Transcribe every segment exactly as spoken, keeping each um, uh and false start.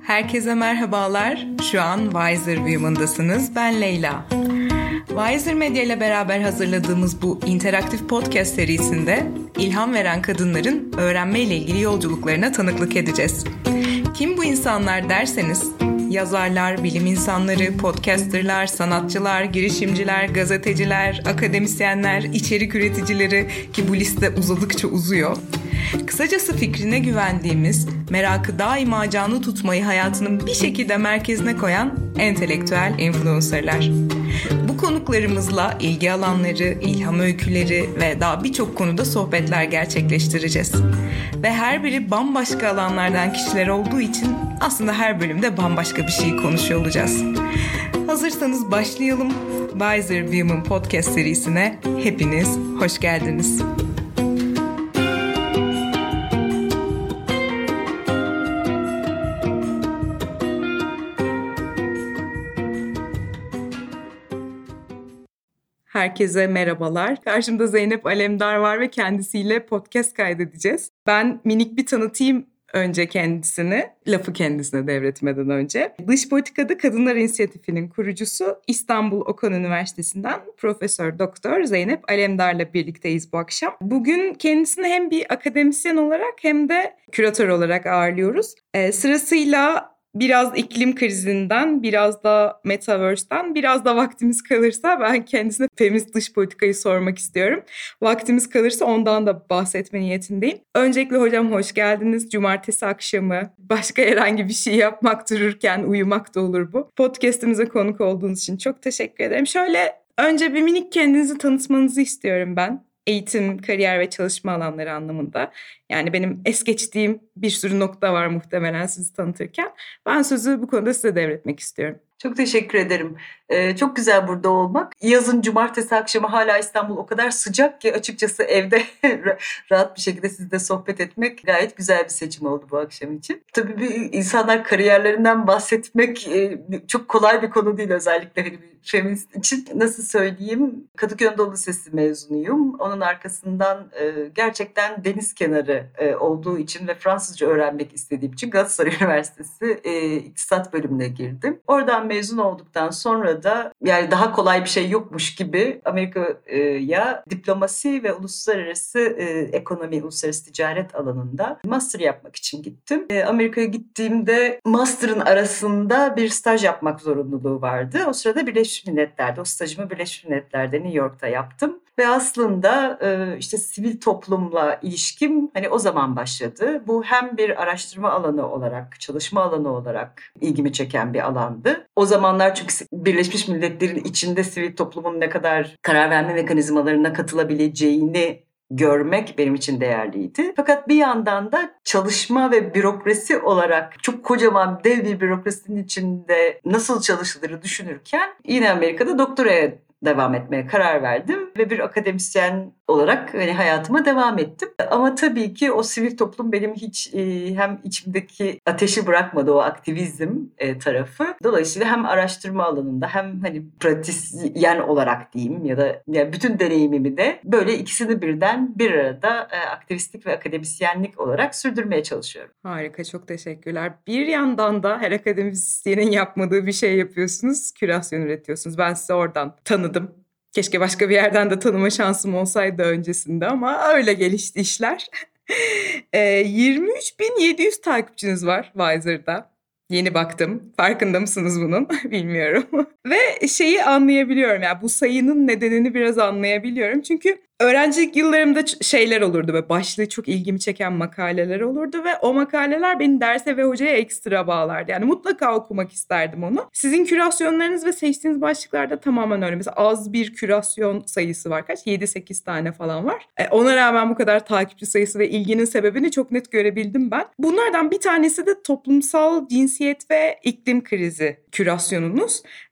Herkese merhabalar. Şu an Wiser Women'dasınız. Ben Leyla. Wiser Medya ile beraber hazırladığımız bu interaktif podcast serisinde ilham veren kadınların öğrenme ile ilgili yolculuklarına tanıklık edeceğiz. Kim bu insanlar derseniz, yazarlar, bilim insanları, podcasterlar, sanatçılar, girişimciler, gazeteciler, akademisyenler, içerik üreticileri ki bu liste uzadıkça uzuyor. Kısacası fikrine güvendiğimiz, merakı daima canlı tutmayı hayatının bir şekilde merkezine koyan entelektüel influencerlar. Bu konuklarımızla ilgi alanları, ilham öyküleri ve daha birçok konuda sohbetler gerçekleştireceğiz. Ve her biri bambaşka alanlardan kişiler olduğu için aslında her bölümde bambaşka bir şey konuşuyor olacağız. Hazırsanız başlayalım. Wiser Women Podcast serisine hepiniz hoş geldiniz. Herkese merhabalar. Karşımda Zeynep Alemdar var ve kendisiyle podcast kaydedeceğiz. Ben minik bir tanıtayım önce kendisini, lafı kendisine devretmeden önce. Dış Politikada Kadınlar İnisiyatifi'nin kurucusu İstanbul Okan Üniversitesi'nden Profesör Doktor Zeynep Alemdar'la birlikteyiz bu akşam. Bugün kendisini hem bir akademisyen olarak hem de küratör olarak ağırlıyoruz. Ee, sırasıyla biraz iklim krizinden, biraz da Metaverse'den, biraz da vaktimiz kalırsa ben kendisine feminist dış politikayı sormak istiyorum. Vaktimiz kalırsa ondan da bahsetme niyetindeyim. Öncelikle hocam hoş geldiniz. Cumartesi akşamı başka herhangi bir şey yapmak dururken uyumak da olur bu. Podcast'imize konuk olduğunuz için çok teşekkür ederim. Şöyle önce bir minik kendinizi tanıtmanızı istiyorum ben. Eğitim, kariyer ve çalışma alanları anlamında. Yani benim es geçtiğim bir sürü nokta var muhtemelen sizi tanıtırken. Ben sözü bu konuda size devretmek istiyorum. Çok teşekkür ederim. Ee, çok güzel burada olmak. Yazın cumartesi akşamı hala İstanbul o kadar sıcak ki açıkçası evde rahat bir şekilde sizle sohbet etmek gayet güzel bir seçim oldu bu akşam için. Tabii bir insanlar kariyerlerinden bahsetmek e, çok kolay bir konu değil, özellikle hani bir feminist için. Nasıl söyleyeyim? Kadıköy Anadolu Lisesi mezunuyum. Onun arkasından e, gerçekten deniz kenarı e, olduğu için ve Fransızca öğrenmek istediğim için Galatasaray Üniversitesi e, İktisat bölümüne girdim. Oradan mezun olduktan sonra da yani daha kolay bir şey yokmuş gibi Amerika'ya diplomasi ve uluslararası e, ekonomi, uluslararası ticaret alanında master yapmak için gittim. E, Amerika'ya gittiğimde master'ın arasında bir staj yapmak zorunluluğu vardı. O sırada Birleşmiş Milletler'de, o stajımı Birleşmiş Milletler'de New York'ta yaptım. Ve aslında e, işte sivil toplumla ilişkim hani o zaman başladı. Bu hem bir araştırma alanı olarak, çalışma alanı olarak ilgimi çeken bir alandı. O zamanlar çünkü Birleşmiş Milletler'in içinde sivil toplumun ne kadar karar verme mekanizmalarına katılabileceğini görmek benim için değerliydi. Fakat bir yandan da çalışma ve bürokrasi olarak çok kocaman dev bir bürokrasinin içinde nasıl çalışılırı düşünürken yine Amerika'da doktoraya devam etmeye karar verdim ve bir akademisyen olarak hani hayatıma devam ettim. Ama tabii ki o sivil toplum benim hiç e, hem içimdeki ateşi bırakmadı, o aktivizm e, tarafı. Dolayısıyla hem araştırma alanında hem hani pratisyen olarak diyeyim ya da yani bütün deneyimimi de böyle ikisini birden bir arada e, aktivistlik ve akademisyenlik olarak sürdürmeye çalışıyorum. Harika, çok teşekkürler. Bir yandan da her akademisyenin yapmadığı bir şey yapıyorsunuz, kürasyon üretiyorsunuz. Ben size oradan tanıdım. Keşke başka bir yerden de tanıma şansım olsaydı öncesinde ama öyle gelişti işler. yirmi üç bin yedi yüz takipçiniz var Wiser'da. Yeni baktım. Farkında mısınız bunun? Bilmiyorum. Ve şeyi anlayabiliyorum. Yani bu sayının nedenini biraz anlayabiliyorum. Çünkü öğrencilik yıllarımda şeyler olurdu ve başlığı çok ilgimi çeken makaleler olurdu ve o makaleler beni derse ve hocaya ekstra bağlardı. Yani mutlaka okumak isterdim onu. Sizin kürasyonlarınız ve seçtiğiniz başlıklarda tamamen öyle. Mesela az bir kürasyon sayısı var. Kaç? yedi sekiz tane falan var. E, ona rağmen bu kadar takipçi sayısı ve ilginin sebebini çok net görebildim ben. Bunlardan bir tanesi de toplumsal cinsiyet ve iklim krizi kürasyonunuz.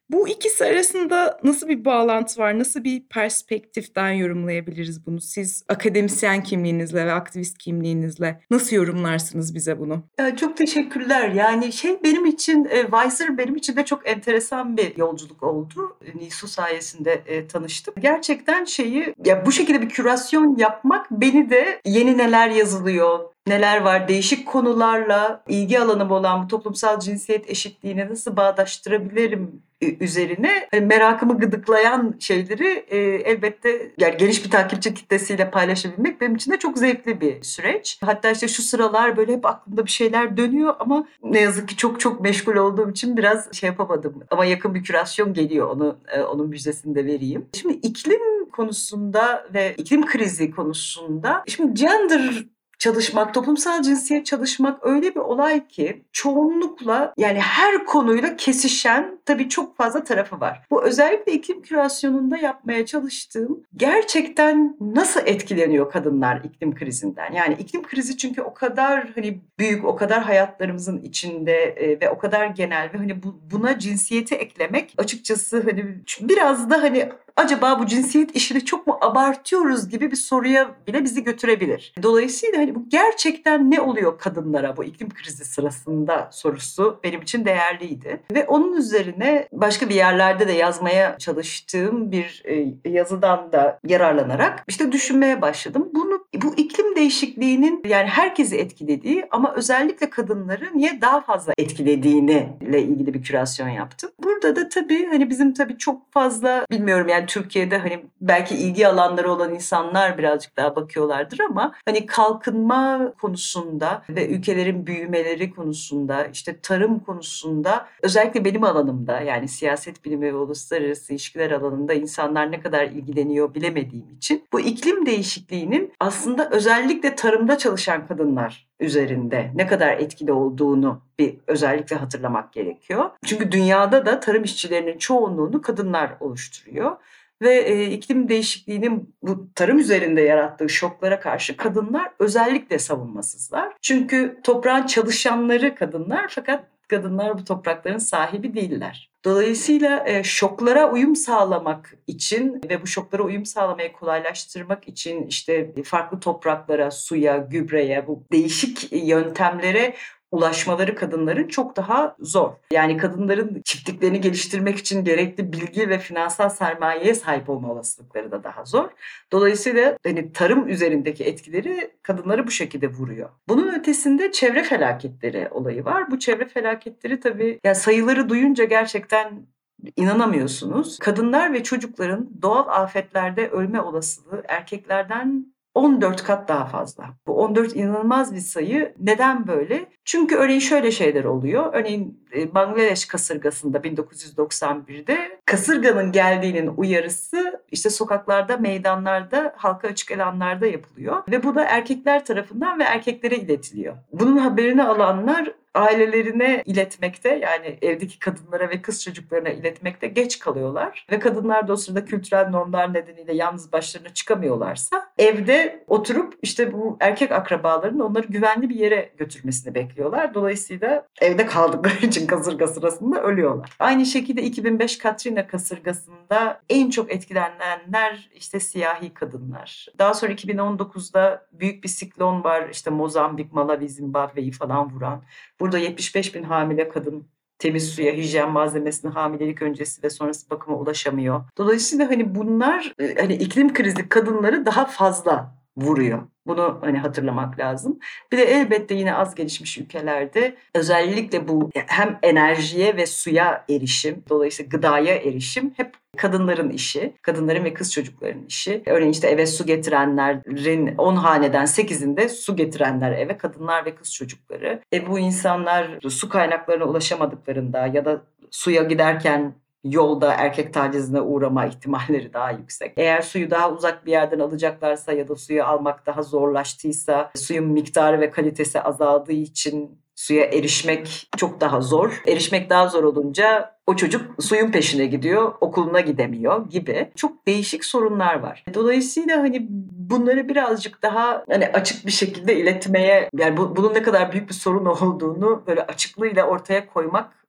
Bu ikisi arasında nasıl bir bağlantı var? Nasıl bir perspektiften yorumlayabiliriz bunu? Siz akademisyen kimliğinizle ve aktivist kimliğinizle nasıl yorumlarsınız bize bunu? Ya çok teşekkürler. Yani şey benim için e, Weiser benim için de çok enteresan bir yolculuk oldu. Nisu sayesinde e, tanıştım. Gerçekten şeyi ya bu şekilde bir kürasyon yapmak beni de yeni neler yazılıyor, neler var, değişik konularla ilgi alanım olan bu toplumsal cinsiyet eşitliğini nasıl bağdaştırabilirim üzerine hani merakımı gıdıklayan şeyleri e, elbette yani geniş bir takipçi kitlesiyle paylaşabilmek benim için de çok zevkli bir süreç. Hatta işte şu sıralar böyle hep aklımda bir şeyler dönüyor ama ne yazık ki çok çok meşgul olduğum için biraz şey yapamadım. Ama yakın bir kürasyon geliyor, onu e, onun müjdesini de vereyim. Şimdi iklim konusunda ve iklim krizi konusunda şimdi gender çalışmak, toplumsal cinsiyet çalışmak öyle bir olay ki çoğunlukla yani her konuyla kesişen tabii çok fazla tarafı var. Bu özellikle iklim kürasyonunda yapmaya çalıştığım gerçekten nasıl etkileniyor kadınlar iklim krizinden? Yani iklim krizi çünkü o kadar hani büyük, o kadar hayatlarımızın içinde e, ve o kadar genel ve hani bu, buna cinsiyeti eklemek açıkçası hani biraz da hani acaba bu cinsiyet işini çok mu abartıyoruz gibi bir soruya bile bizi götürebilir. Dolayısıyla hani bu gerçekten ne oluyor kadınlara bu iklim krizi sırasında sorusu benim için değerliydi. Ve onun üzerine başka bir yerlerde de yazmaya çalıştığım bir yazıdan da yararlanarak işte düşünmeye başladım. Bunu bu iklim değişikliğinin yani herkesi etkilediği ama özellikle kadınları niye daha fazla etkilediğini ile ilgili bir kürasyon yaptım. Burada da tabii hani bizim tabii çok fazla bilmiyorum yani Türkiye'de hani belki ilgi alanları olan insanlar birazcık daha bakıyorlardır ama hani kalkınma konusunda ve ülkelerin büyümeleri konusunda işte tarım konusunda özellikle benim alanımda yani siyaset bilimi ve uluslararası ilişkiler alanında insanlar ne kadar ilgileniyor bilemediğim için bu iklim değişikliğinin aslında özellikle tarımda çalışan kadınlar üzerinde ne kadar etkili olduğunu bir özellikle hatırlamak gerekiyor. Çünkü dünyada da tarım işçilerinin çoğunluğunu kadınlar oluşturuyor. Ve e, iklim değişikliğinin bu tarım üzerinde yarattığı şoklara karşı kadınlar özellikle savunmasızlar. Çünkü toprağın çalışanları kadınlar fakat kadınlar bu toprakların sahibi değiller. Dolayısıyla e, şoklara uyum sağlamak için ve bu şoklara uyum sağlamayı kolaylaştırmak için işte farklı topraklara, suya, gübreye, bu değişik yöntemlere ulaşmaları kadınların çok daha zor. Yani kadınların çiftliklerini geliştirmek için gerekli bilgi ve finansal sermayeye sahip olma olasılıkları da daha zor. Dolayısıyla hani tarım üzerindeki etkileri kadınları bu şekilde vuruyor. Bunun ötesinde çevre felaketleri olayı var. Bu çevre felaketleri tabii yani sayıları duyunca gerçekten inanamıyorsunuz. Kadınlar ve çocukların doğal afetlerde ölme olasılığı erkeklerden on dört kat daha fazla. Bu on dört inanılmaz bir sayı. Neden böyle? Çünkü örneğin şöyle şeyler oluyor. Örneğin Bangladeş kasırgasında bin dokuz yüz doksan birde kasırganın geldiğinin uyarısı işte sokaklarda, meydanlarda, halka açık alanlarda yapılıyor. Ve bu da erkekler tarafından ve erkeklere iletiliyor. Bunun haberini alanlar ailelerine iletmekte yani evdeki kadınlara ve kız çocuklarına iletmekte geç kalıyorlar. Ve kadınlar da o sırada kültürel normlar nedeniyle yalnız başlarına çıkamıyorlarsa evde oturup işte bu erkek akrabaların onları güvenli bir yere götürmesini bekliyorlar. Dolayısıyla evde kaldıkları için kasırga sırasında ölüyorlar. Aynı şekilde iki bin beş Katrina kasırgasında en çok etkilenenler işte siyahi kadınlar. Daha sonra iki bin on dokuzda büyük bir siklon var işte Mozambik, Malawi, Zimbabwe'yi falan vuran. Burada yetmiş beş bin hamile kadın temiz suya, hijyen malzemesine hamilelik öncesi ve sonrası bakıma ulaşamıyor. Dolayısıyla hani bunlar hani iklim krizi kadınları daha fazla vuruyor. Bunu hani hatırlamak lazım. Bir de elbette yine az gelişmiş ülkelerde özellikle bu hem enerjiye ve suya erişim, dolayısıyla gıdaya erişim hep kadınların işi, kadınların ve kız çocukların işi. Örneğin işte eve su getirenlerin on haneden sekizinde su getirenler eve kadınlar ve kız çocukları. E bu insanlar su kaynaklarına ulaşamadıklarında ya da suya giderken yolda erkek tacizine uğrama ihtimalleri daha yüksek. Eğer suyu daha uzak bir yerden alacaklarsa ya da suyu almak daha zorlaştıysa, suyun miktarı ve kalitesi azaldığı için suya erişmek çok daha zor. Erişmek daha zor olunca o çocuk suyun peşine gidiyor, okuluna gidemiyor gibi çok değişik sorunlar var. Dolayısıyla hani bunları birazcık daha hani açık bir şekilde iletmeye, yani bu, bunun ne kadar büyük bir sorun olduğunu böyle açıklığıyla ortaya koymak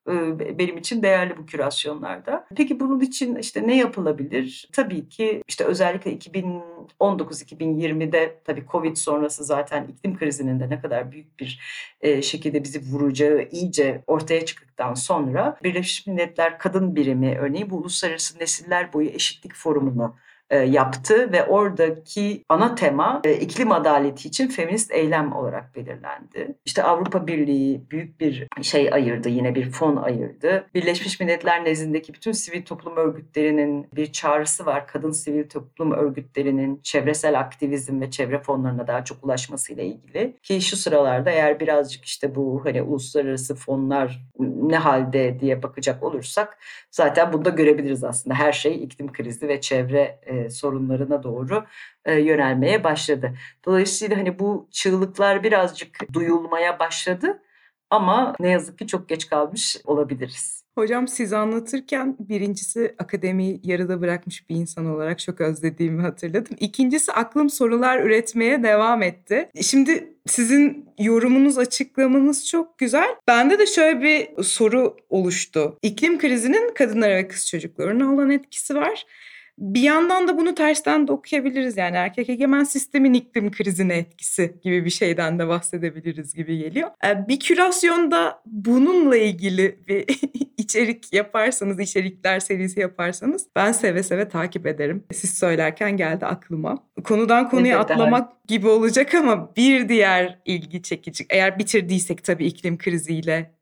benim için değerli bu kürasyonlarda. Peki bunun için işte ne yapılabilir? Tabii ki işte özellikle iki bin on dokuz iki bin yirmide tabii Covid sonrası zaten iklim krizinin de ne kadar büyük bir şekilde bizi vuracağı iyice ortaya çıktıktan sonra Birleşmiş Milletler Kadın Birimi örneğin bu Uluslararası Nesiller Boyu Eşitlik Forumu'nu yaptı ve oradaki ana tema iklim adaleti için feminist eylem olarak belirlendi. İşte Avrupa Birliği büyük bir şey ayırdı, yine bir fon ayırdı. Birleşmiş Milletler nezdindeki bütün sivil toplum örgütlerinin bir çağrısı var. Kadın sivil toplum örgütlerinin çevresel aktivizm ve çevre fonlarına daha çok ulaşmasıyla ilgili. Ki şu sıralarda eğer birazcık işte bu hani uluslararası fonlar ne halde diye bakacak olursak zaten bunu da görebiliriz aslında. Her şey iklim krizi ve çevre e, sorunlarına doğru e, yönelmeye başladı. Dolayısıyla hani bu çığlıklar birazcık duyulmaya başladı ama ne yazık ki çok geç kalmış olabiliriz. Hocam siz anlatırken birincisi akademiyi yarıda bırakmış bir insan olarak çok özlediğimi hatırladım. İkincisi aklım sorular üretmeye devam etti. Şimdi sizin yorumunuz, açıklamanız çok güzel. Bende de şöyle bir soru oluştu. İklim krizinin kadınlara ve kız çocuklarına olan etkisi var. Bir yandan da bunu tersten de okuyabiliriz. Yani erkek egemen sistemin iklim krizine etkisi gibi bir şeyden de bahsedebiliriz gibi geliyor. Bir kürasyonda bununla ilgili bir içerik yaparsanız, içerikler serisi yaparsanız ben seve seve takip ederim. Siz söylerken geldi aklıma. Konudan konuya Evet, atlamak daha... gibi olacak ama bir diğer ilgi çekici, eğer bitirdiysek tabii iklim kriziyle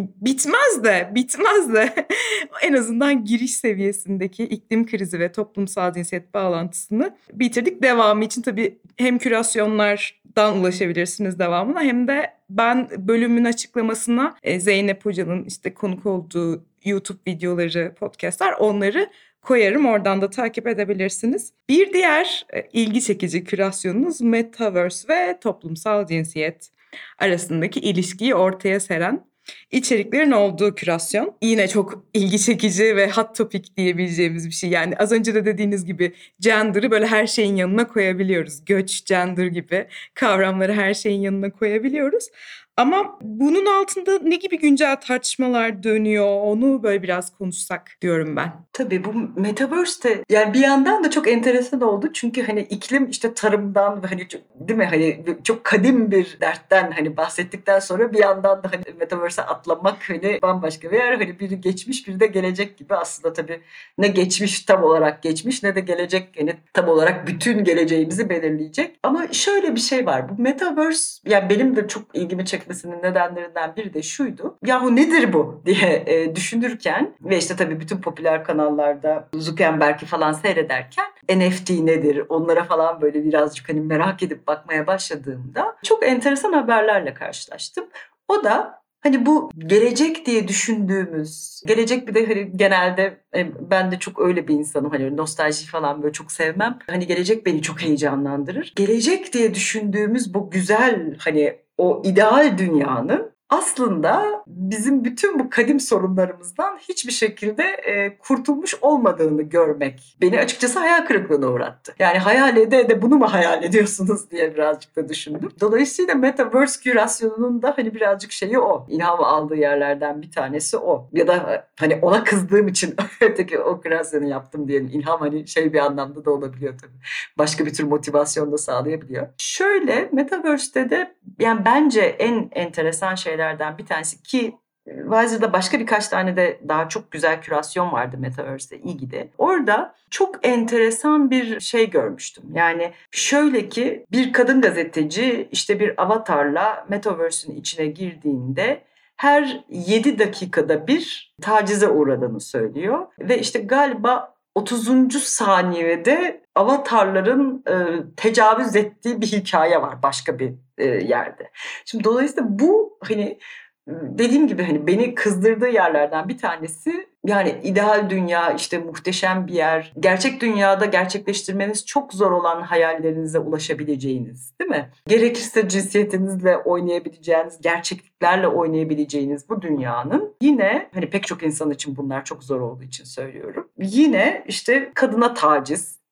bitmez de bitmez de en azından giriş seviyesindeki iklim krizi ve toplumsal cinsiyet bağlantısını bitirdik. Devamı için tabii hem kürasyonlardan ulaşabilirsiniz devamına hem de ben bölümün açıklamasına Zeynep Hoca'nın işte konuk olduğu YouTube videoları, podcastlar onları koyarım. Oradan da takip edebilirsiniz. Bir diğer ilgi çekici kürasyonunuz Metaverse ve toplumsal cinsiyet arasındaki ilişkiyi ortaya seren İçeriklerin olduğu kürasyon. Yine çok ilgi çekici ve hot topic diyebileceğimiz bir şey. Yani az önce de dediğiniz gibi gender'ı böyle her şeyin yanına koyabiliyoruz. Göç, gender gibi kavramları her şeyin yanına koyabiliyoruz. Ama bunun altında ne gibi güncel tartışmalar dönüyor onu böyle biraz konuşsak diyorum ben. Tabii bu Metaverse'te yani bir yandan da çok enteresan oldu. Çünkü hani iklim işte tarımdan ve hani değil mi hani çok kadim bir dertten hani bahsettikten sonra bir yandan da hani Metaverse'e atlamak hani bambaşka bir yer. Hani biri geçmiş biri de gelecek gibi aslında tabii ne geçmiş tam olarak geçmiş ne de gelecek yani tam olarak bütün geleceğimizi belirleyecek. Ama şöyle bir şey var. Bu Metaverse yani benim de çok ilgimi çekmesinin nedenlerinden biri de şuydu. Yahu nedir bu diye e, düşünürken ve işte tabii bütün popüler kanallarda Zuckerberg'i falan seyrederken N F T nedir onlara falan böyle birazcık hani merak edip bakmaya başladığımda çok enteresan haberlerle karşılaştım. O da hani bu gelecek diye düşündüğümüz, gelecek bir de hani genelde ben de çok öyle bir insanım hani nostalji falan böyle çok sevmem. Hani gelecek beni çok heyecanlandırır. Gelecek diye düşündüğümüz bu güzel hani o ideal dünyanın aslında bizim bütün bu kadim sorunlarımızdan hiçbir şekilde e, kurtulmuş olmadığını görmek beni açıkçası hayal kırıklığına uğrattı. Yani hayal ede ede bunu mu hayal ediyorsunuz diye birazcık da düşündüm. Dolayısıyla Metaverse kürasyonunun da hani birazcık şeyi o. İlham aldığı yerlerden bir tanesi o. Ya da hani ona kızdığım için öteki o kürasyonu yaptım diyelim. İlham hani şey bir anlamda da olabiliyor tabii. Başka bir tür motivasyon da sağlayabiliyor. Şöyle Metaverse'te de yani bence en enteresan şeylerden bir tanesi ki Wiser'da başka birkaç tane de daha çok güzel kürasyon vardı Metaverse'le ilgili. Orada çok enteresan bir şey görmüştüm. Yani şöyle ki bir kadın gazeteci işte bir avatarla Metaverse'ün içine girdiğinde her yedi dakikada bir tacize uğradığını söylüyor. Ve işte galiba otuzuncu saniyede avatarların e, tecavüz ettiği bir hikaye var başka bir e, yerde. Şimdi dolayısıyla bu hani dediğim gibi hani beni kızdırdığı yerlerden bir tanesi yani ideal dünya işte muhteşem bir yer. Gerçek dünyada gerçekleştirmeniz çok zor olan hayallerinize ulaşabileceğiniz değil mi? Gerekirse cinsiyetinizle oynayabileceğiniz, gerçekliklerle oynayabileceğiniz bu dünyanın yine hani pek çok insan için bunlar çok zor olduğu için söylüyorum. Yine işte kadına taciz,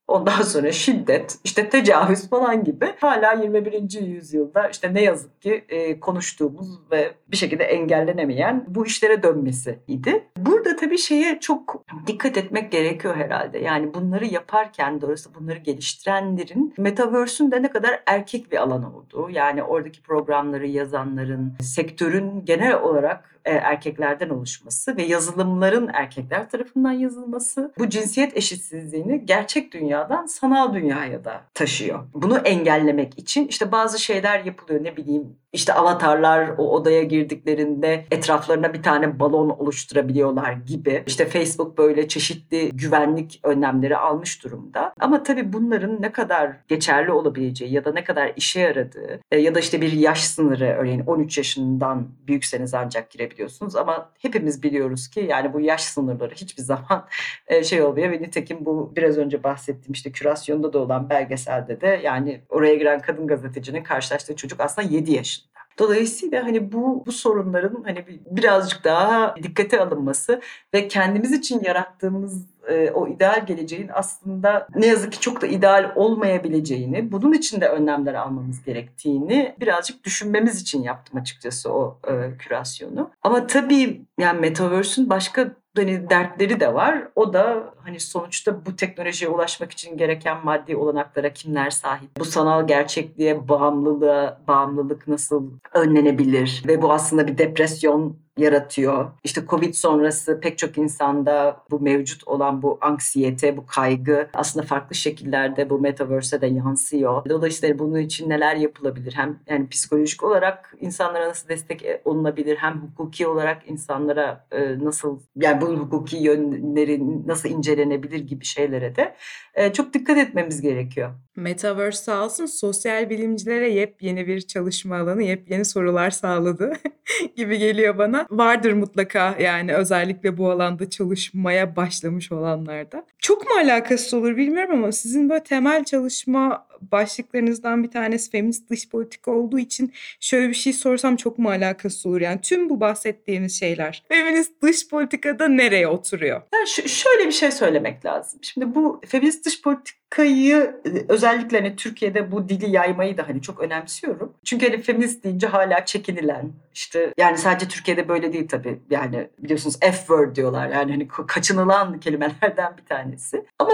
Ondan sonra şiddet, işte tecavüz falan gibi hala yirmi birinci yüzyılda işte ne yazık ki e, konuştuğumuz ve bir şekilde engellenemeyen bu işlere dönmesiydi. Burada tabii şeye çok dikkat etmek gerekiyor herhalde. Yani bunları yaparken, doğrusu bunları geliştirenlerin Metaverse'ün de ne kadar erkek bir alan olduğu, yani oradaki programları yazanların, sektörün genel olarak e, erkeklerden oluşması ve yazılımların erkekler tarafından yazılması bu cinsiyet eşitsizliğini gerçek dünyadan sanal dünyaya da taşıyor. Bunu engellemek için işte bazı şeyler yapılıyor, ne bileyim işte avatarlar o odaya girdiklerinde etraflarına bir tane balon oluşturabiliyorlar gibi. İşte Facebook böyle çeşitli güvenlik önlemleri almış durumda. Ama tabii bunların ne kadar geçerli olabileceği ya da ne kadar işe yaradığı e, ya da işte bir yaş sınırı, örneğin on üç yaşından büyükseniz ancak girebiliyorsunuz ama hepimiz biliyoruz ki yani bu yaş sınırları hiçbir zaman e, şey olmuyor ve nitekim bu biraz önce bahsettiğim işte kürasyonda da olan belgeselde de yani oraya giren kadın gazetecinin karşılaştığı çocuk aslında yedi yaşında. Dolayısıyla hani bu bu sorunların hani birazcık daha dikkate alınması ve kendimiz için yarattığımız e, o ideal geleceğin aslında ne yazık ki çok da ideal olmayabileceğini, bunun için de önlemler almamız gerektiğini birazcık düşünmemiz için yaptım açıkçası o e, kürasyonu. Ama tabii yani Metaverse'ün başka hani dertleri de var. O da hani sonuçta bu teknolojiye ulaşmak için gereken maddi olanaklara kimler sahip? Bu sanal gerçekliğe bağımlılığa, bağımlılık nasıl önlenebilir? Ve bu aslında bir depresyon yaratıyor. İşte Covid sonrası pek çok insanda bu mevcut olan bu anksiyete, bu kaygı aslında farklı şekillerde bu Metaverse'e de yansıyor. Dolayısıyla bunun için neler yapılabilir? Hem yani psikolojik olarak insanlara nasıl destek olunabilir? Hem hukuki olarak insanlara e, nasıl, yani bunun hukuki yönleri nasıl incelenebilir gibi şeylere de e, çok dikkat etmemiz gerekiyor. Metaverse sağ olsun sosyal bilimcilere yepyeni bir çalışma alanı, yepyeni sorular sağladı gibi geliyor bana. Vardır mutlaka yani özellikle bu alanda çalışmaya başlamış olanlarda. Çok mu alakasız olur bilmiyorum ama sizin böyle temel çalışma başlıklarınızdan bir tanesi feminist dış politika olduğu için şöyle bir şey sorsam çok mu alakasız olur? Yani tüm bu bahsettiğimiz şeyler feminist dış politikada nereye oturuyor? Yani ş- şöyle bir şey söylemek lazım. Şimdi bu feminist dış politikayı özellikle hani Türkiye'de bu dili yaymayı da hani çok önemsiyorum. Çünkü hani feminist deyince hala çekinilen, işte yani sadece Türkiye'de böyle değil tabii. Yani biliyorsunuz F-word diyorlar. Yani hani kaçınılan kelimelerden bir tanesi. Ama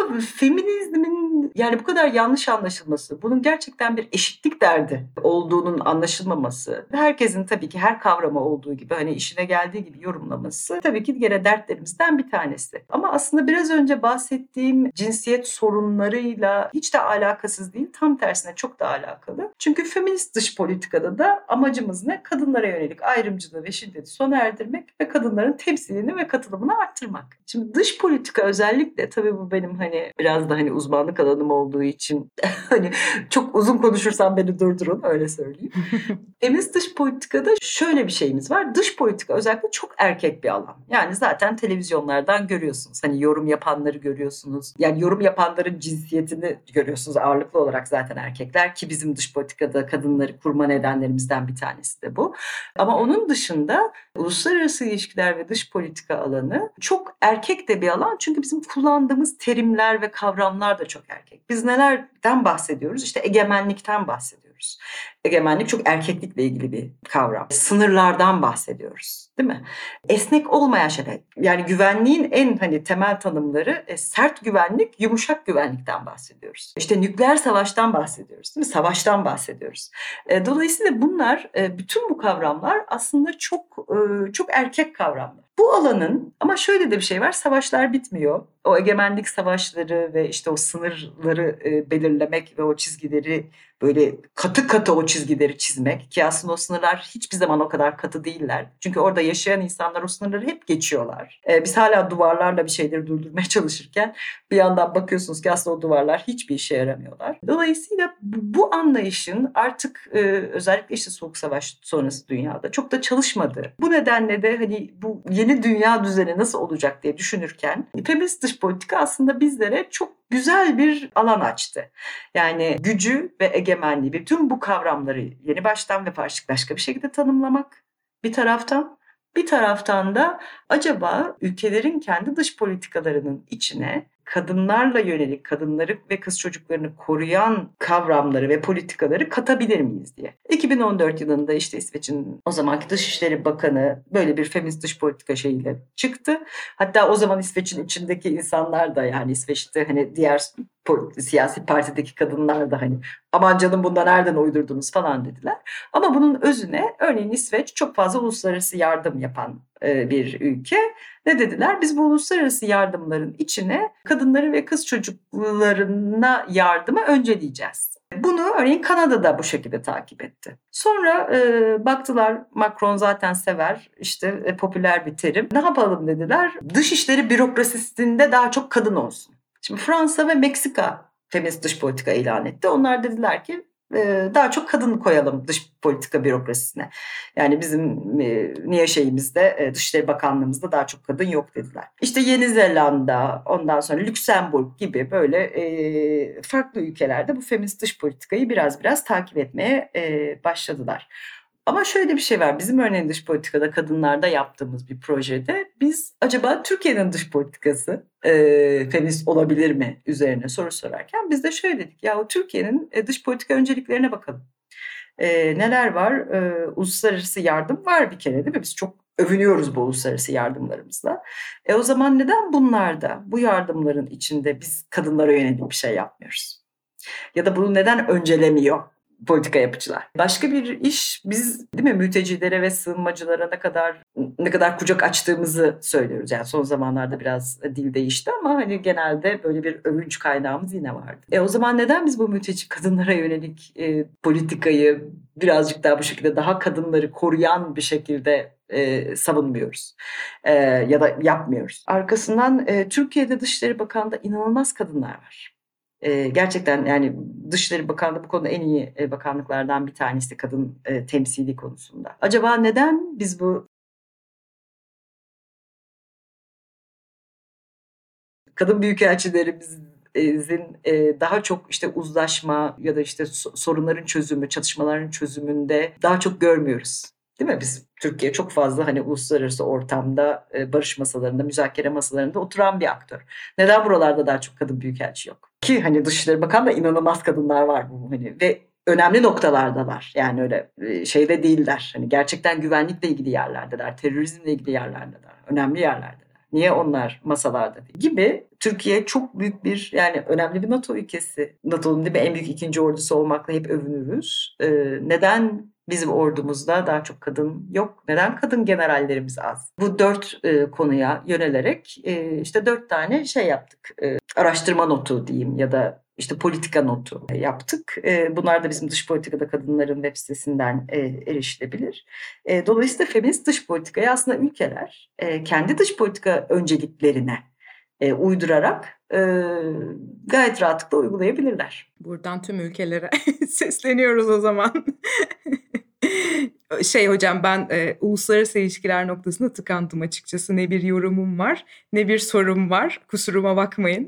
feminizmin yani bu kadar yanlış anlaşılması, bunun gerçekten bir eşitlik derdi olduğunun anlaşılmaması, herkesin tabii ki her kavrama olduğu gibi hani işine geldiği gibi yorumlaması tabii ki gene dertlerimizden bir tanesi. Ama aslında biraz önce bahsettiğim cinsiyet sorunlarıyla hiç de alakasız değil, tam tersine çok da alakalı. Çünkü feminist dış politikada da amacımız ne? Kadınlara yönelik ayrımcılığı ve şiddeti sona erdirmek ve kadınların temsilini ve katılımını arttırmak. Şimdi dış politika özellikle, tabii bu benim hani biraz da hani uzmanlık alanım olduğu için hani çok uzun konuşursam beni durdurun, öyle söyleyeyim. Feminist dış politikada şöyle bir şeyimiz var. Dış politika özellikle çok erkek bir alan. Yani zaten televizyonlardan görüyorsunuz. Hani yorum yapanları görüyorsunuz. Yani yorum yapanların cinsiyetini görüyorsunuz. Ağırlıklı olarak zaten erkekler, ki bizim dış politikada kadınları kurma nedenlerimizden bir tanesi de bu. Ama onun dışında uluslararası ilişkiler ve dış politika alanı çok erkek de bir alan. Çünkü bizim kullandığımız terimler ve kavramlar da çok erkek. Biz nelerden bahsediyoruz? İşte egemenlikten bahsediyoruz. Egemenlik çok erkeklikle ilgili bir kavram. Sınırlardan bahsediyoruz, değil mi? Esnek olmayan şeyler. Yani güvenliğin en hani temel tanımları e, sert güvenlik, yumuşak güvenlikten bahsediyoruz. İşte nükleer savaştan bahsediyoruz, değil mi? Savaştan bahsediyoruz. E, dolayısıyla bunlar, e, bütün bu kavramlar aslında çok e, çok erkek kavramlar. Bu alanın ama şöyle de bir şey var, savaşlar bitmiyor. O egemenlik savaşları ve işte o sınırları e, belirlemek ve o çizgileri böyle katı katı o çizgileri çizmek, ki aslında o sınırlar hiçbir zaman o kadar katı değiller. Çünkü orada yaşayan insanlar o sınırları hep geçiyorlar. Ee, biz hala duvarlarla bir şeyleri durdurmaya çalışırken bir yandan bakıyorsunuz ki aslında o duvarlar hiçbir işe yaramıyorlar. Dolayısıyla bu, bu anlayışın artık e, özellikle işte Soğuk Savaş sonrası dünyada çok da çalışmadığı. Bu nedenle de hani bu yeni dünya düzeni nasıl olacak diye düşünürken feminist dış politika aslında bizlere çok güzel bir alan açtı. Yani gücü ve egemenliği, bütün bu kavramları yeni baştan ve başka bir şekilde tanımlamak bir taraftan, bir taraftan da acaba ülkelerin kendi dış politikalarının içine kadınlarla yönelik, kadınları ve kız çocuklarını koruyan kavramları ve politikaları katabilir miyiz diye. iki bin on dört yılında işte İsveç'in o zamanki Dışişleri Bakanı böyle bir feminist dış politika şeyiyle çıktı. Hatta o zaman İsveç'in içindeki insanlar da, yani İsveç'te hani diğer siyasi partideki kadınlar da hani aman canım bundan nereden uydurdunuz falan dediler. Ama bunun özüne, örneğin İsveç çok fazla uluslararası yardım yapan bir ülke. Ne dediler? Biz bu uluslararası yardımların içine kadınları ve kız çocuklarına yardımı önceleyeceğiz. Bunu örneğin Kanada'da bu şekilde takip etti. Sonra e, baktılar Macron zaten sever, işte e, popüler bir terim. Ne yapalım dediler? Dışişleri bürokrasisinde daha çok kadın olsun. Şimdi Fransa ve Meksika feminist dış politika ilan etti. Onlar dediler ki daha çok kadın koyalım dış politika bürokrasisine. Yani bizim niye şeyimizde, Dışişleri Bakanlığımızda daha çok kadın yok dediler. İşte Yeni Zelanda, ondan sonra Lüksemburg gibi böyle farklı ülkelerde bu feminist dış politikayı biraz biraz takip etmeye başladılar. Ama şöyle bir şey var. Bizim örneğin dış politikada kadınlarda yaptığımız bir projede biz acaba Türkiye'nin dış politikası e, feminist olabilir mi üzerine soru sorarken biz de şöyle dedik. Ya Türkiye'nin e, dış politika önceliklerine bakalım. E, neler var? E, uluslararası yardım var bir kere, değil mi? Biz çok övünüyoruz bu uluslararası yardımlarımızla. E o zaman neden bunlarda, bu yardımların içinde biz kadınlara yönelik bir şey yapmıyoruz? Ya da bunu neden öncelemiyor politika yapıcılar? Başka bir iş, biz değil mi mültecilere ve sığınmacılara ne kadar ne kadar kucak açtığımızı söylüyoruz. Yani son zamanlarda biraz dil değişti ama hani genelde böyle bir övünç kaynağımız yine vardı. E o zaman neden biz bu mülteci kadınlara yönelik e, politikayı birazcık daha bu şekilde, daha kadınları koruyan bir şekilde e, savunmuyoruz e, ya da yapmıyoruz? Arkasından e, Türkiye'de Dışişleri Bakanlığı'nda inanılmaz kadınlar var. Ee, gerçekten yani Dışişleri Bakanlığı bu konuda en iyi e, bakanlıklardan bir tanesi kadın e, temsili konusunda. Acaba neden biz bu kadın büyükelçilerimizin e, daha çok işte uzlaşma ya da işte sorunların çözümü, çatışmaların çözümünde daha çok görmüyoruz? Değil mi? Biz Türkiye çok fazla hani uluslararası ortamda e, barış masalarında, müzakere masalarında oturan bir aktör. Neden buralarda daha çok kadın büyükelçi yok? Ki hani Dışişleri Bakanı'nda inanılmaz kadınlar var bu hani ve önemli noktalardalar. Yani öyle e, şeyde değiller. Hani gerçekten güvenlikle ilgili yerlerdeler, terörizmle ilgili yerlerdeler, önemli yerlerdeler. Niye onlar masalarda değil? Gibi Türkiye çok büyük bir, yani önemli bir NATO ülkesi. NATO'nun değil mi en büyük ikinci ordusu olmakla hep övünürüz. Ee, neden bizim ordumuzda daha çok kadın yok? Neden kadın generallerimiz az? Bu dört e, konuya yönelerek e, işte dört tane şey yaptık. E, araştırma notu diyeyim ya da işte politika notu yaptık. E, bunlar da bizim dış politikada kadınların web sitesinden e, erişilebilir. E, dolayısıyla feminist dış politikayı aslında ülkeler e, kendi dış politika önceliklerine e, uydurarak e, gayet rahatlıkla uygulayabilirler. Buradan tüm ülkelere sesleniyoruz o zaman. Şey hocam, ben e, uluslararası ilişkiler noktasında tıkandım açıkçası. Ne bir yorumum var, ne bir sorum var. Kusuruma bakmayın.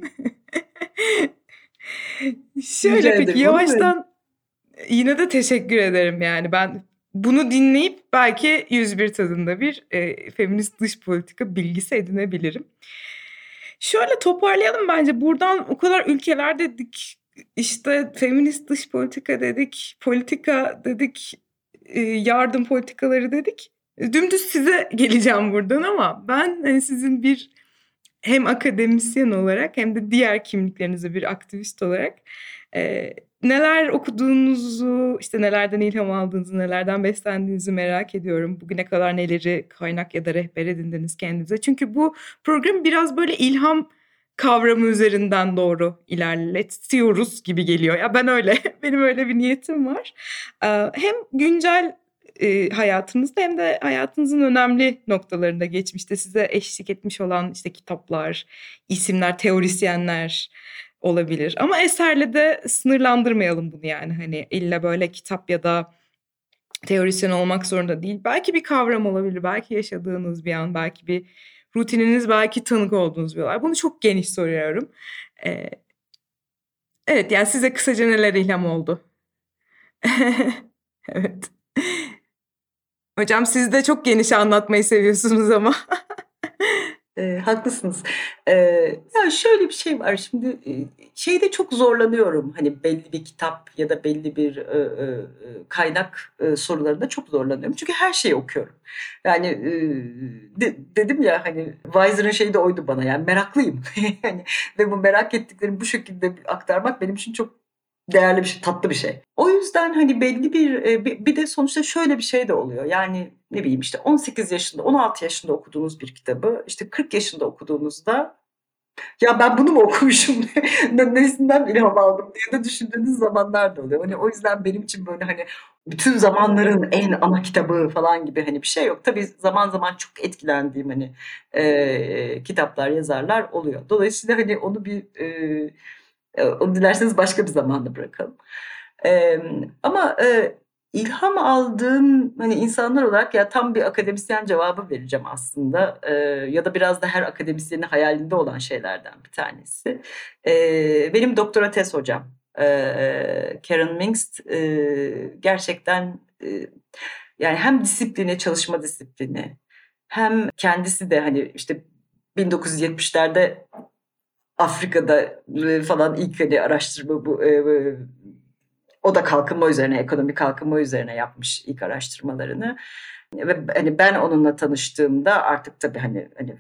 Şöyle peki yavaştan yine de teşekkür ederim yani. Ben bunu dinleyip belki yüz bir tadında bir e, feminist dış politika bilgisi edinebilirim. Şöyle toparlayalım bence. Buradan o kadar ülkeler dedik, işte feminist dış politika dedik, politika dedik, e, yardım politikaları dedik. Dümdüz size geleceğim buradan ama ben hani sizin bir hem akademisyen olarak hem de diğer kimliklerinizde bir aktivist olarak e, neler okuduğunuzu, işte nelerden ilham aldığınızı, nelerden beslendiğinizi merak ediyorum. Bugüne kadar neleri kaynak ya da rehber edindiniz kendinize. Çünkü bu program biraz böyle ilham kavramı üzerinden doğru ilerletiyoruz gibi geliyor. Ya ben öyle, benim öyle bir niyetim var. Hem güncel e, hayatınızda hem de hayatınızın önemli noktalarında geçmişte size eşlik etmiş olan işte kitaplar, isimler, teorisyenler olabilir. Ama eserle de sınırlandırmayalım bunu yani. Hani illa böyle kitap ya da teorisyen olmak zorunda değil. Belki bir kavram olabilir, belki yaşadığınız bir an, belki bir rutininiz, belki tanık olduğunuz bir olay. Bunu çok geniş soruyorum. Ee, evet, yani size kısaca neler ilham oldu? Evet. Hocam siz de çok geniş anlatmayı seviyorsunuz ama. E, haklısınız. E, ya şöyle bir şey var. Şimdi e, şeyde çok zorlanıyorum. Hani belli bir kitap ya da belli bir e, e, kaynak e, sorularında çok zorlanıyorum. Çünkü her şeyi okuyorum. Yani e, de- dedim ya hani Weiser'ın şeyi de oydu bana. Yani meraklıyım. Yani ve bu merak ettiklerimi bu şekilde aktarmak benim için çok değerli bir şey, tatlı bir şey. O yüzden hani belli bir e, bir bir de sonuçta şöyle bir şey de oluyor. Yani ne bileyim işte on sekiz yaşında, on altı yaşında okuduğunuz bir kitabı işte kırk yaşında okuduğunuzda ya ben bunu mu okumuşum ne- neresinden ilham aldım diye de düşündüğünüz zamanlar da oluyor. Hani o yüzden benim için böyle hani bütün zamanların en ana kitabı falan gibi hani bir şey yok. Tabii zaman zaman çok etkilendiğim hani e, kitaplar, yazarlar oluyor. Dolayısıyla hani onu bir e, e, onu dilerseniz başka bir zamanda bırakalım. E, ama e, ilham aldığım hani insanlar olarak ya tam bir akademisyen cevabı vereceğim aslında. E, ya da biraz da her akademisyenin hayalinde olan şeylerden bir tanesi. E, benim doktora tez hocam. E, Karen Mingst e, gerçekten e, yani hem disiplini, çalışma disiplini hem kendisi de hani işte bin dokuz yüz yetmişlerde Afrika'da e, falan ilk hani araştırma bu e, e, o da kalkınma üzerine, ekonomik kalkınma üzerine yapmış ilk araştırmalarını. Ve hani ben onunla tanıştığımda artık tabii hani hani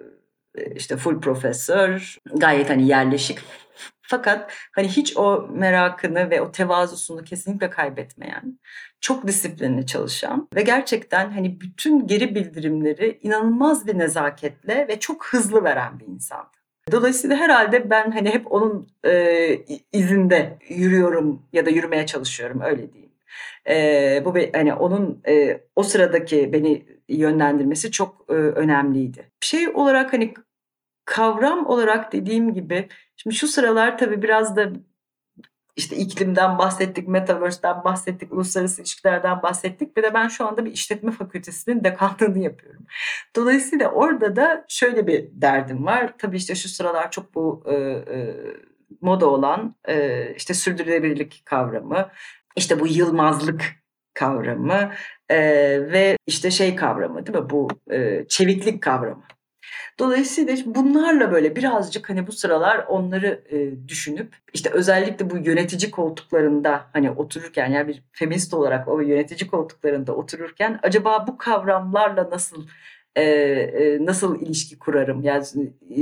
e, işte full profesör, gayet hani yerleşik. Fakat hani hiç o merakını ve o tevazusunu kesinlikle kaybetmeyen, çok disiplinli çalışan ve gerçekten hani bütün geri bildirimleri inanılmaz bir nezaketle ve çok hızlı veren bir insan. Dolayısıyla herhalde ben hani hep onun e, izinde yürüyorum ya da yürümeye çalışıyorum öyle diyeyim. E, bu be- hani onun e, o sıradaki beni yönlendirmesi çok e, önemliydi. Şey olarak hani kavram olarak dediğim gibi şimdi şu sıralar tabii biraz da işte iklimden bahsettik, metaverse'den bahsettik, uluslararası ilişkilerden bahsettik ve de ben şu anda bir işletme fakültesinin dekanlığını yapıyorum. Dolayısıyla orada da şöyle bir derdim var. Tabii işte şu sıralar çok bu e, e, moda olan e, işte sürdürülebilirlik kavramı, işte bu yılmazlık kavramı e, ve işte şey kavramı değil mi? Bu e, çeviklik kavramı. Dolayısıyla bunlarla böyle birazcık hani bu sıralar onları e, düşünüp işte özellikle bu yönetici koltuklarında hani otururken yani bir feminist olarak o yönetici koltuklarında otururken acaba bu kavramlarla nasıl e, e, nasıl ilişki kurarım? Yani e,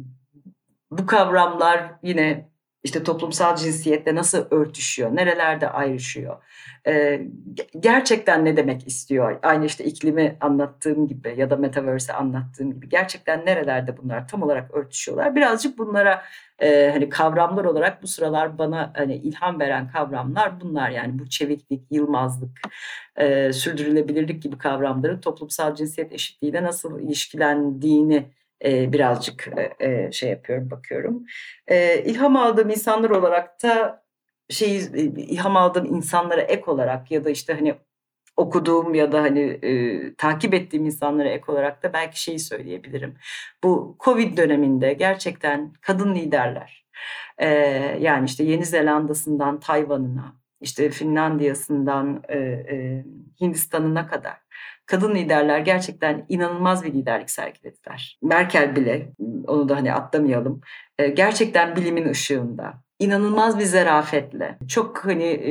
bu kavramlar yine işte toplumsal cinsiyetle nasıl örtüşüyor, nerelerde ayrışıyor? Ee, gerçekten ne demek istiyor? Aynı işte iklimi anlattığım gibi ya da metaverse'i anlattığım gibi gerçekten nerelerde bunlar tam olarak örtüşüyorlar? Birazcık bunlara e, hani kavramlar olarak bu sıralar bana hani ilham veren kavramlar bunlar yani bu çeviklik, yılmazlık, e, sürdürülebilirlik gibi kavramların toplumsal cinsiyet eşitliğiyle nasıl ilişkilendiğini e, birazcık e, e, şey yapıyorum, bakıyorum. E, ilham aldığım insanlar olarak da şey ilham aldığım insanlara ek olarak ya da işte hani okuduğum ya da hani e, takip ettiğim insanlara ek olarak da belki şeyi söyleyebilirim. Bu Covid döneminde gerçekten kadın liderler, e, yani işte Yeni Zelanda'sından Tayvan'ına, işte Finlandiya'sından e, e, Hindistan'ına kadar kadın liderler gerçekten inanılmaz bir liderlik sergilediler. Merkel bile, onu da hani atlamayalım, e, gerçekten bilimin ışığında, inanılmaz bir zarafetle, çok hani e,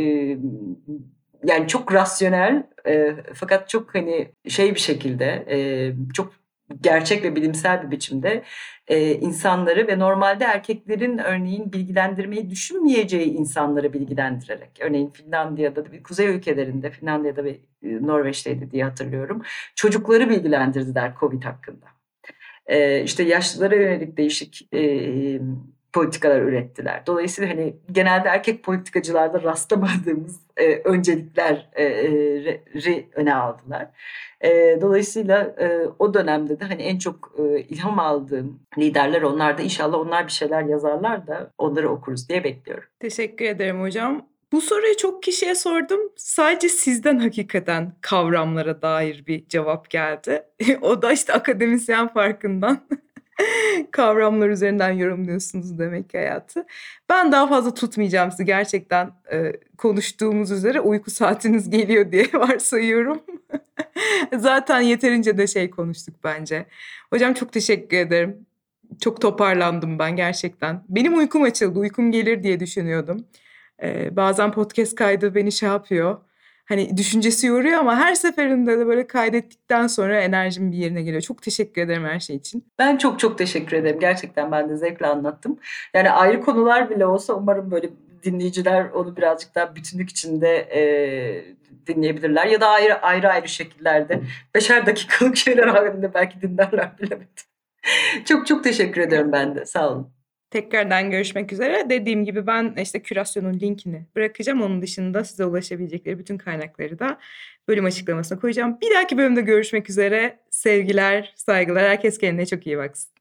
yani çok rasyonel e, fakat çok hani şey bir şekilde e, çok gerçek ve bilimsel bir biçimde e, insanları ve normalde erkeklerin örneğin bilgilendirmeyi düşünmeyeceği insanları bilgilendirerek, örneğin Finlandiya'da da kuzey ülkelerinde, Finlandiya'da ve Norveç'teydi diye hatırlıyorum, çocukları bilgilendirdiler Covid hakkında. E, işte yaşlılara yönelik değişik e, politikalar ürettiler. Dolayısıyla hani genelde erkek politikacılarda rastlamadığımız e, öncelikleri öne aldılar. E, dolayısıyla e, o dönemde de hani en çok e, ilham aldığım liderler onlar da inşallah onlar bir şeyler yazarlar da onları okuruz diye bekliyorum. Teşekkür ederim hocam. Bu soruyu çok kişiye sordum. Sadece sizden hakikaten kavramlara dair bir cevap geldi. O da işte akademisyen farkından. Kavramlar üzerinden yorumluyorsunuz demek ki hayatı. Ben daha fazla tutmayacağım sizi gerçekten e, konuştuğumuz üzere uyku saatiniz geliyor diye varsayıyorum. Zaten yeterince de şey konuştuk bence. Hocam çok teşekkür ederim. Çok toparlandım ben gerçekten. Benim uykum açıldı, uykum gelir diye düşünüyordum. Ee, bazen podcast kaydı beni şey yapıyor. Hani düşüncesi yoruyor ama her seferinde de böyle kaydettikten sonra enerjim bir yerine geliyor. Çok teşekkür ederim her şey için. Ben çok çok teşekkür ederim. Gerçekten ben de zevkle anlattım. Yani ayrı konular bile olsa umarım böyle dinleyiciler onu birazcık daha bütünlük içinde e, dinleyebilirler. Ya da ayrı ayrı ayrı şekillerde beşer dakikalık şeyler halinde belki dinlerler, bilemedim. Çok çok teşekkür ederim ben de. Sağ olun. Tekrardan görüşmek üzere. Dediğim gibi ben işte kürasyonun linkini bırakacağım. Onun dışında size ulaşabilecekleri bütün kaynakları da bölüm açıklamasına koyacağım. Bir dahaki bölümde görüşmek üzere. Sevgiler, saygılar. Herkes kendine çok iyi baksın.